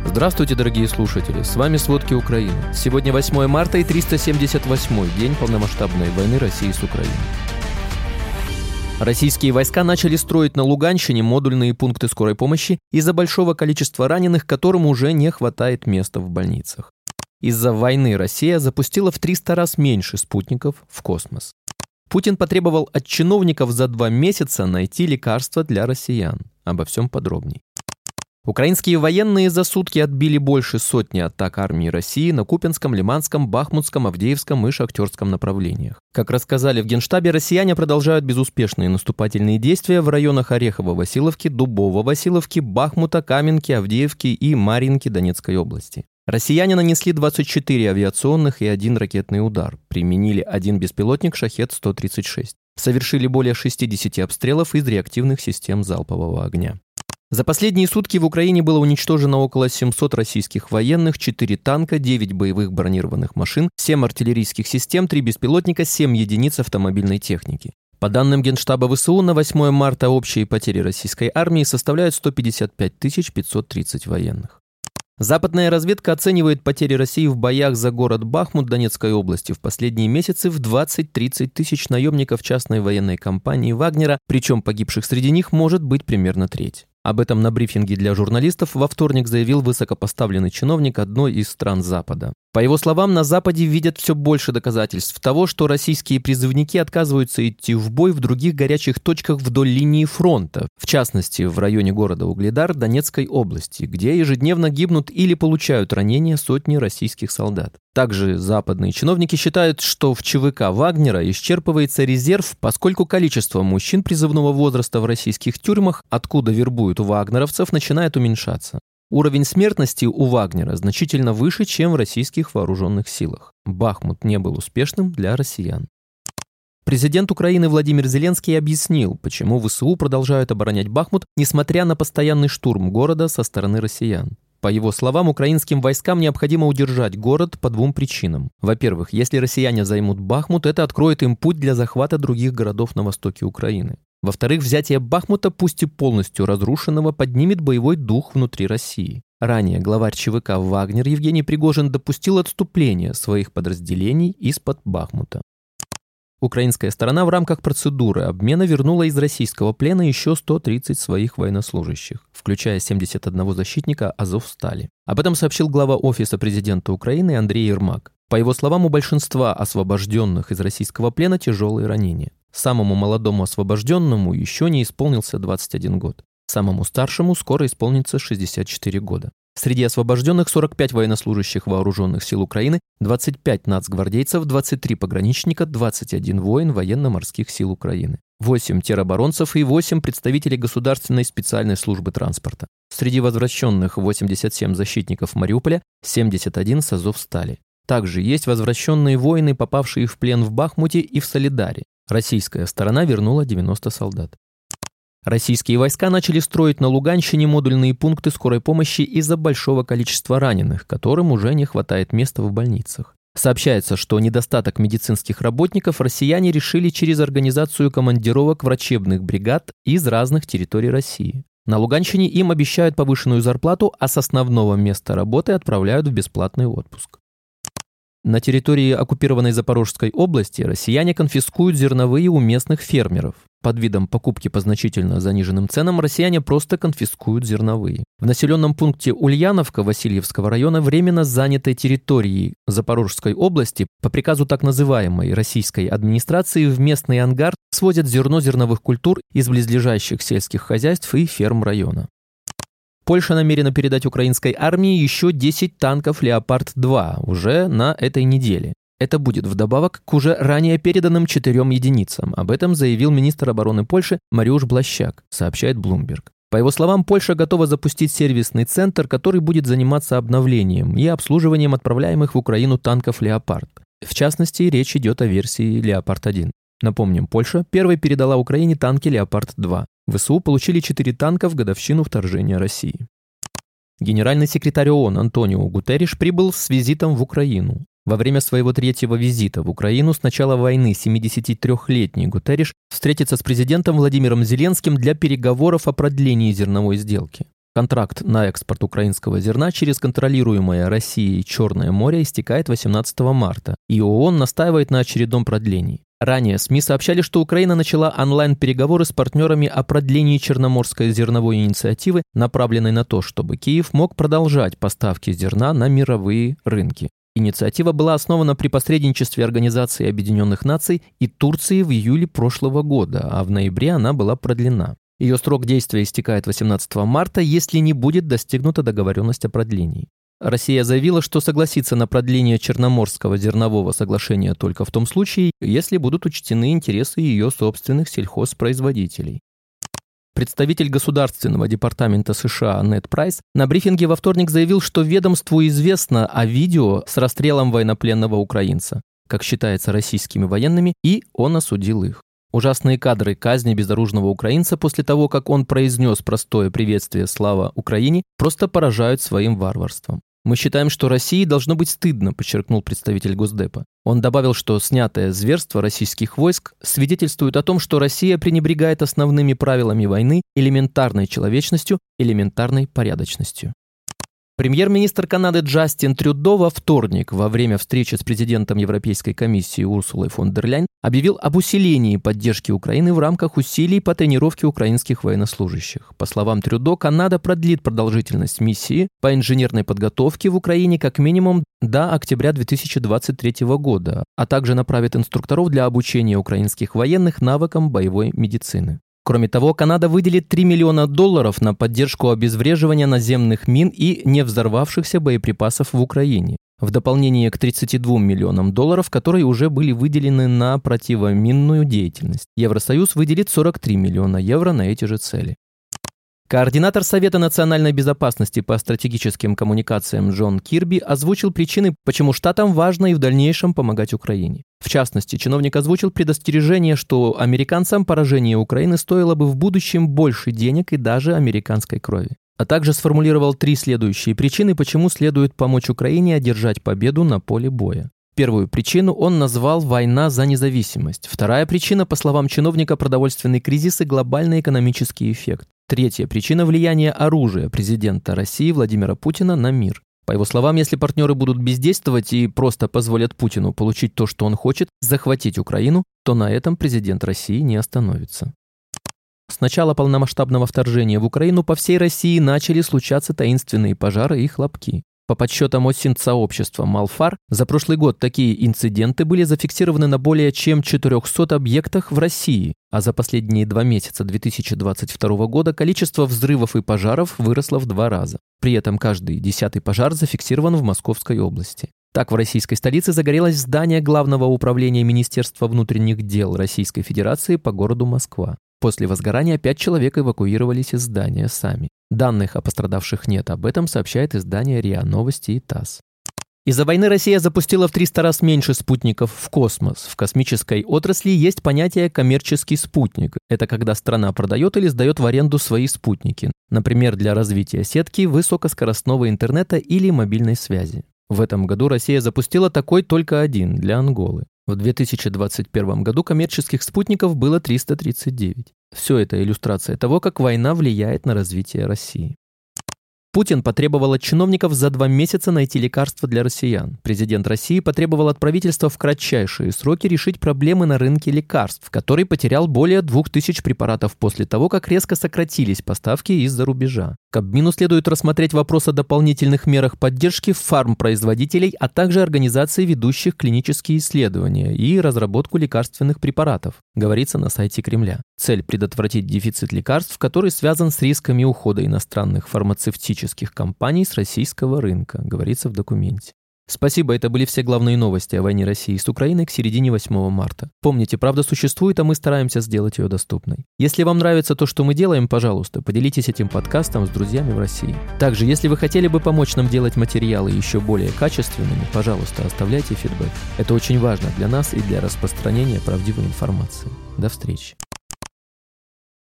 Здравствуйте, дорогие слушатели! С вами «Сводки Украины». Сегодня 8 марта и 378-й день полномасштабной войны России с Украиной. Российские войска начали строить на Луганщине модульные пункты скорой помощи из-за большого количества раненых, которым уже не хватает места в больницах. Из-за войны Россия запустила в 300 раз меньше спутников в космос. Путин потребовал от чиновников за 2 месяца найти лекарства для россиян. Обо всем подробней. Украинские военные за сутки отбили больше сотни атак армии России на Купянском, Лиманском, Бахмутском, Авдеевском и Шахтерском направлениях. Как рассказали в Генштабе, россияне продолжают безуспешные наступательные действия в районах Орехово-Василовки, Дубово-Василовки, Бахмута, Каменки, Авдеевки и Марьинки Донецкой области. Россияне нанесли 24 авиационных и 1 ракетный удар, применили 1 беспилотник «Шахед-136», совершили более 60 обстрелов из реактивных систем залпового огня. За последние сутки в Украине было уничтожено около 700 российских военных, 4 танка, 9 боевых бронированных машин, 7 артиллерийских систем, 3 беспилотника, 7 единиц автомобильной техники. По данным Генштаба ВСУ, на 8 марта общие потери российской армии составляют 155 530 военных. Западная разведка оценивает потери России в боях за город Бахмут Донецкой области в последние месяцы в 20-30 тысяч наемников частной военной компании «Вагнера», причем погибших среди них может быть примерно треть. Об этом на брифинге для журналистов во вторник заявил высокопоставленный чиновник одной из стран Запада. По его словам, на Западе видят все больше доказательств того, что российские призывники отказываются идти в бой в других горячих точках вдоль линии фронта, в частности, в районе города Угледар Донецкой области, где ежедневно гибнут или получают ранения сотни российских солдат. Также западные чиновники считают, что в ЧВК Вагнера исчерпывается резерв, поскольку количество мужчин призывного возраста в российских тюрьмах, откуда вербуют вагнеровцев, начинает уменьшаться. Уровень смертности у Вагнера значительно выше, чем в российских вооруженных силах. Бахмут не был успешным для россиян. Президент Украины Владимир Зеленский объяснил, почему ВСУ продолжают оборонять Бахмут, несмотря на постоянный штурм города со стороны россиян. По его словам, украинским войскам необходимо удержать город по 2 причинам. Во-первых, если россияне займут Бахмут, это откроет им путь для захвата других городов на востоке Украины. Во-вторых, взятие Бахмута, пусть и полностью разрушенного, поднимет боевой дух внутри России. Ранее главарь ЧВК «Вагнер» Евгений Пригожин допустил отступление своих подразделений из-под Бахмута. Украинская сторона в рамках процедуры обмена вернула из российского плена еще 130 своих военнослужащих, включая 71 защитника Азовстали. Об этом сообщил глава Офиса президента Украины Андрей Ермак. По его словам, у большинства освобожденных из российского плена тяжелые ранения. Самому молодому освобожденному еще не исполнился 21 год. Самому старшему скоро исполнится 64 года. Среди освобожденных 45 военнослужащих вооруженных сил Украины, 25 нацгвардейцев, 23 пограничника, 21 воин военно-морских сил Украины, 8 тероборонцев и 8 представителей Государственной специальной службы транспорта. Среди возвращенных 87 защитников Мариуполя, 71 с Азовстали. Также есть возвращенные воины, попавшие в плен в Бахмуте и в Солидаре. Российская сторона вернула 90 солдат. Российские войска начали строить на Луганщине модульные пункты скорой помощи из-за большого количества раненых, которым уже не хватает места в больницах. Сообщается, что недостаток медицинских работников россияне решили через организацию командировок врачебных бригад из разных территорий России. На Луганщине им обещают повышенную зарплату, а с основного места работы отправляют в бесплатный отпуск. На территории оккупированной Запорожской области россияне конфискуют зерновые у местных фермеров. Под видом покупки по значительно заниженным ценам россияне просто конфискуют зерновые. В населенном пункте Ульяновка Васильевского района временно занятой территории Запорожской области по приказу так называемой российской администрации в местный ангар свозят зерно зерновых культур из близлежащих сельских хозяйств и ферм района. Польша намерена передать украинской армии еще 10 танков «Леопард-2» уже на этой неделе. Это будет вдобавок к уже ранее переданным 4 единицам. Об этом заявил министр обороны Польши Мариуш Блащак, сообщает Bloomberg. По его словам, Польша готова запустить сервисный центр, который будет заниматься обновлением и обслуживанием отправляемых в Украину танков «Леопард». В частности, речь идет о версии «Леопард-1». Напомним, Польша первой передала Украине танки «Леопард-2». ВСУ получили 4 танка в годовщину вторжения России. Генеральный секретарь ООН Антонио Гутерриш прибыл с визитом в Украину. Во время своего 3-го визита в Украину с начала войны 73-летний Гутерриш встретится с президентом Владимиром Зеленским для переговоров о продлении зерновой сделки. Контракт на экспорт украинского зерна через контролируемое Россией Черное море истекает 18 марта, и ООН настаивает на очередном продлении. Ранее СМИ сообщали, что Украина начала онлайн-переговоры с партнерами о продлении Черноморской зерновой инициативы, направленной на то, чтобы Киев мог продолжать поставки зерна на мировые рынки. Инициатива была основана при посредничестве Организации Объединенных Наций и Турции в июле прошлого года, а в ноябре она была продлена. Ее срок действия истекает 18 марта, если не будет достигнута договоренность о продлении. Россия заявила, что согласится на продление Черноморского зернового соглашения только в том случае, если будут учтены интересы ее собственных сельхозпроизводителей. Представитель Государственного департамента США Нед Прайс на брифинге во вторник заявил, что ведомству известно о видео с расстрелом военнопленного украинца, как считается российскими военными, и он осудил их. Ужасные кадры казни безоружного украинца после того, как он произнес простое приветствие «Слава Украине», просто поражают своим варварством. «Мы считаем, что России должно быть стыдно», подчеркнул представитель Госдепа. Он добавил, что снятое зверство российских войск свидетельствует о том, что Россия пренебрегает основными правилами войны, элементарной человечностью, элементарной порядочностью. Премьер-министр Канады Джастин Трюдо во вторник во время встречи с президентом Европейской комиссии Урсулой фон дер Ляйен объявил об усилении поддержки Украины в рамках усилий по тренировке украинских военнослужащих. По словам Трюдо, Канада продлит продолжительность миссии по инженерной подготовке в Украине как минимум до октября 2023 года, а также направит инструкторов для обучения украинских военных навыкам боевой медицины. Кроме того, Канада выделит $3 миллиона на поддержку обезвреживания наземных мин и невзорвавшихся боеприпасов в Украине, в дополнение к $32 миллионам, которые уже были выделены на противоминную деятельность. Евросоюз выделит €43 миллиона на эти же цели. Координатор Совета национальной безопасности по стратегическим коммуникациям Джон Кирби озвучил причины, почему штатам важно и в дальнейшем помогать Украине. В частности, чиновник озвучил предостережение, что американцам поражение Украины стоило бы в будущем больше денег и даже американской крови. А также сформулировал 3 следующие причины, почему следует помочь Украине одержать победу на поле боя. Первую причину он назвал «война за независимость». Вторая причина, по словам чиновника, продовольственный кризис и глобальный экономический эффект. Третья причина – влияние оружия президента России Владимира Путина на мир. По его словам, если партнеры будут бездействовать и просто позволят Путину получить то, что он хочет, захватить Украину, то на этом президент России не остановится. С начала полномасштабного вторжения в Украину по всей России начали случаться таинственные пожары и хлопки. По подсчетам сообщества Малфар, за прошлый год такие инциденты были зафиксированы на более чем 400 объектах в России, а за последние 2 месяца 2022 года количество взрывов и пожаров выросло в 2 раза. При этом каждый 10-й пожар зафиксирован в Московской области. Так, в российской столице загорелось здание Главного управления Министерства внутренних дел Российской Федерации по городу Москва. После возгорания 5 человек эвакуировались из здания сами. Данных о пострадавших нет, об этом сообщает издание РИА Новости и ТАСС. Из-за войны Россия запустила в 300 раз меньше спутников в космос. В космической отрасли есть понятие «коммерческий спутник». Это когда страна продает или сдает в аренду свои спутники, например, для развития сетки, высокоскоростного интернета или мобильной связи. В этом году Россия запустила такой только один, для Анголы. В 2021 году коммерческих спутников было 339. Все это иллюстрация того, как война влияет на развитие России. Путин потребовал от чиновников за 2 месяца найти лекарства для россиян. Президент России потребовал от правительства в кратчайшие сроки решить проблемы на рынке лекарств, который потерял более 2000 препаратов после того, как резко сократились поставки из-за рубежа. Кабмину следует рассмотреть вопрос о дополнительных мерах поддержки фармпроизводителей, а также организаций, ведущих клинические исследования и разработку лекарственных препаратов, говорится на сайте Кремля. Цель – предотвратить дефицит лекарств, который связан с рисками ухода иностранных фармацевтических компаний с российского рынка, говорится в документе. Спасибо, это были все главные новости о войне России с Украиной к середине 8 марта. Помните, правда существует, а мы стараемся сделать ее доступной. Если вам нравится то, что мы делаем, пожалуйста, поделитесь этим подкастом с друзьями в России. Также, если вы хотели бы помочь нам делать материалы еще более качественными, пожалуйста, оставляйте фидбэк. Это очень важно для нас и для распространения правдивой информации. До встречи.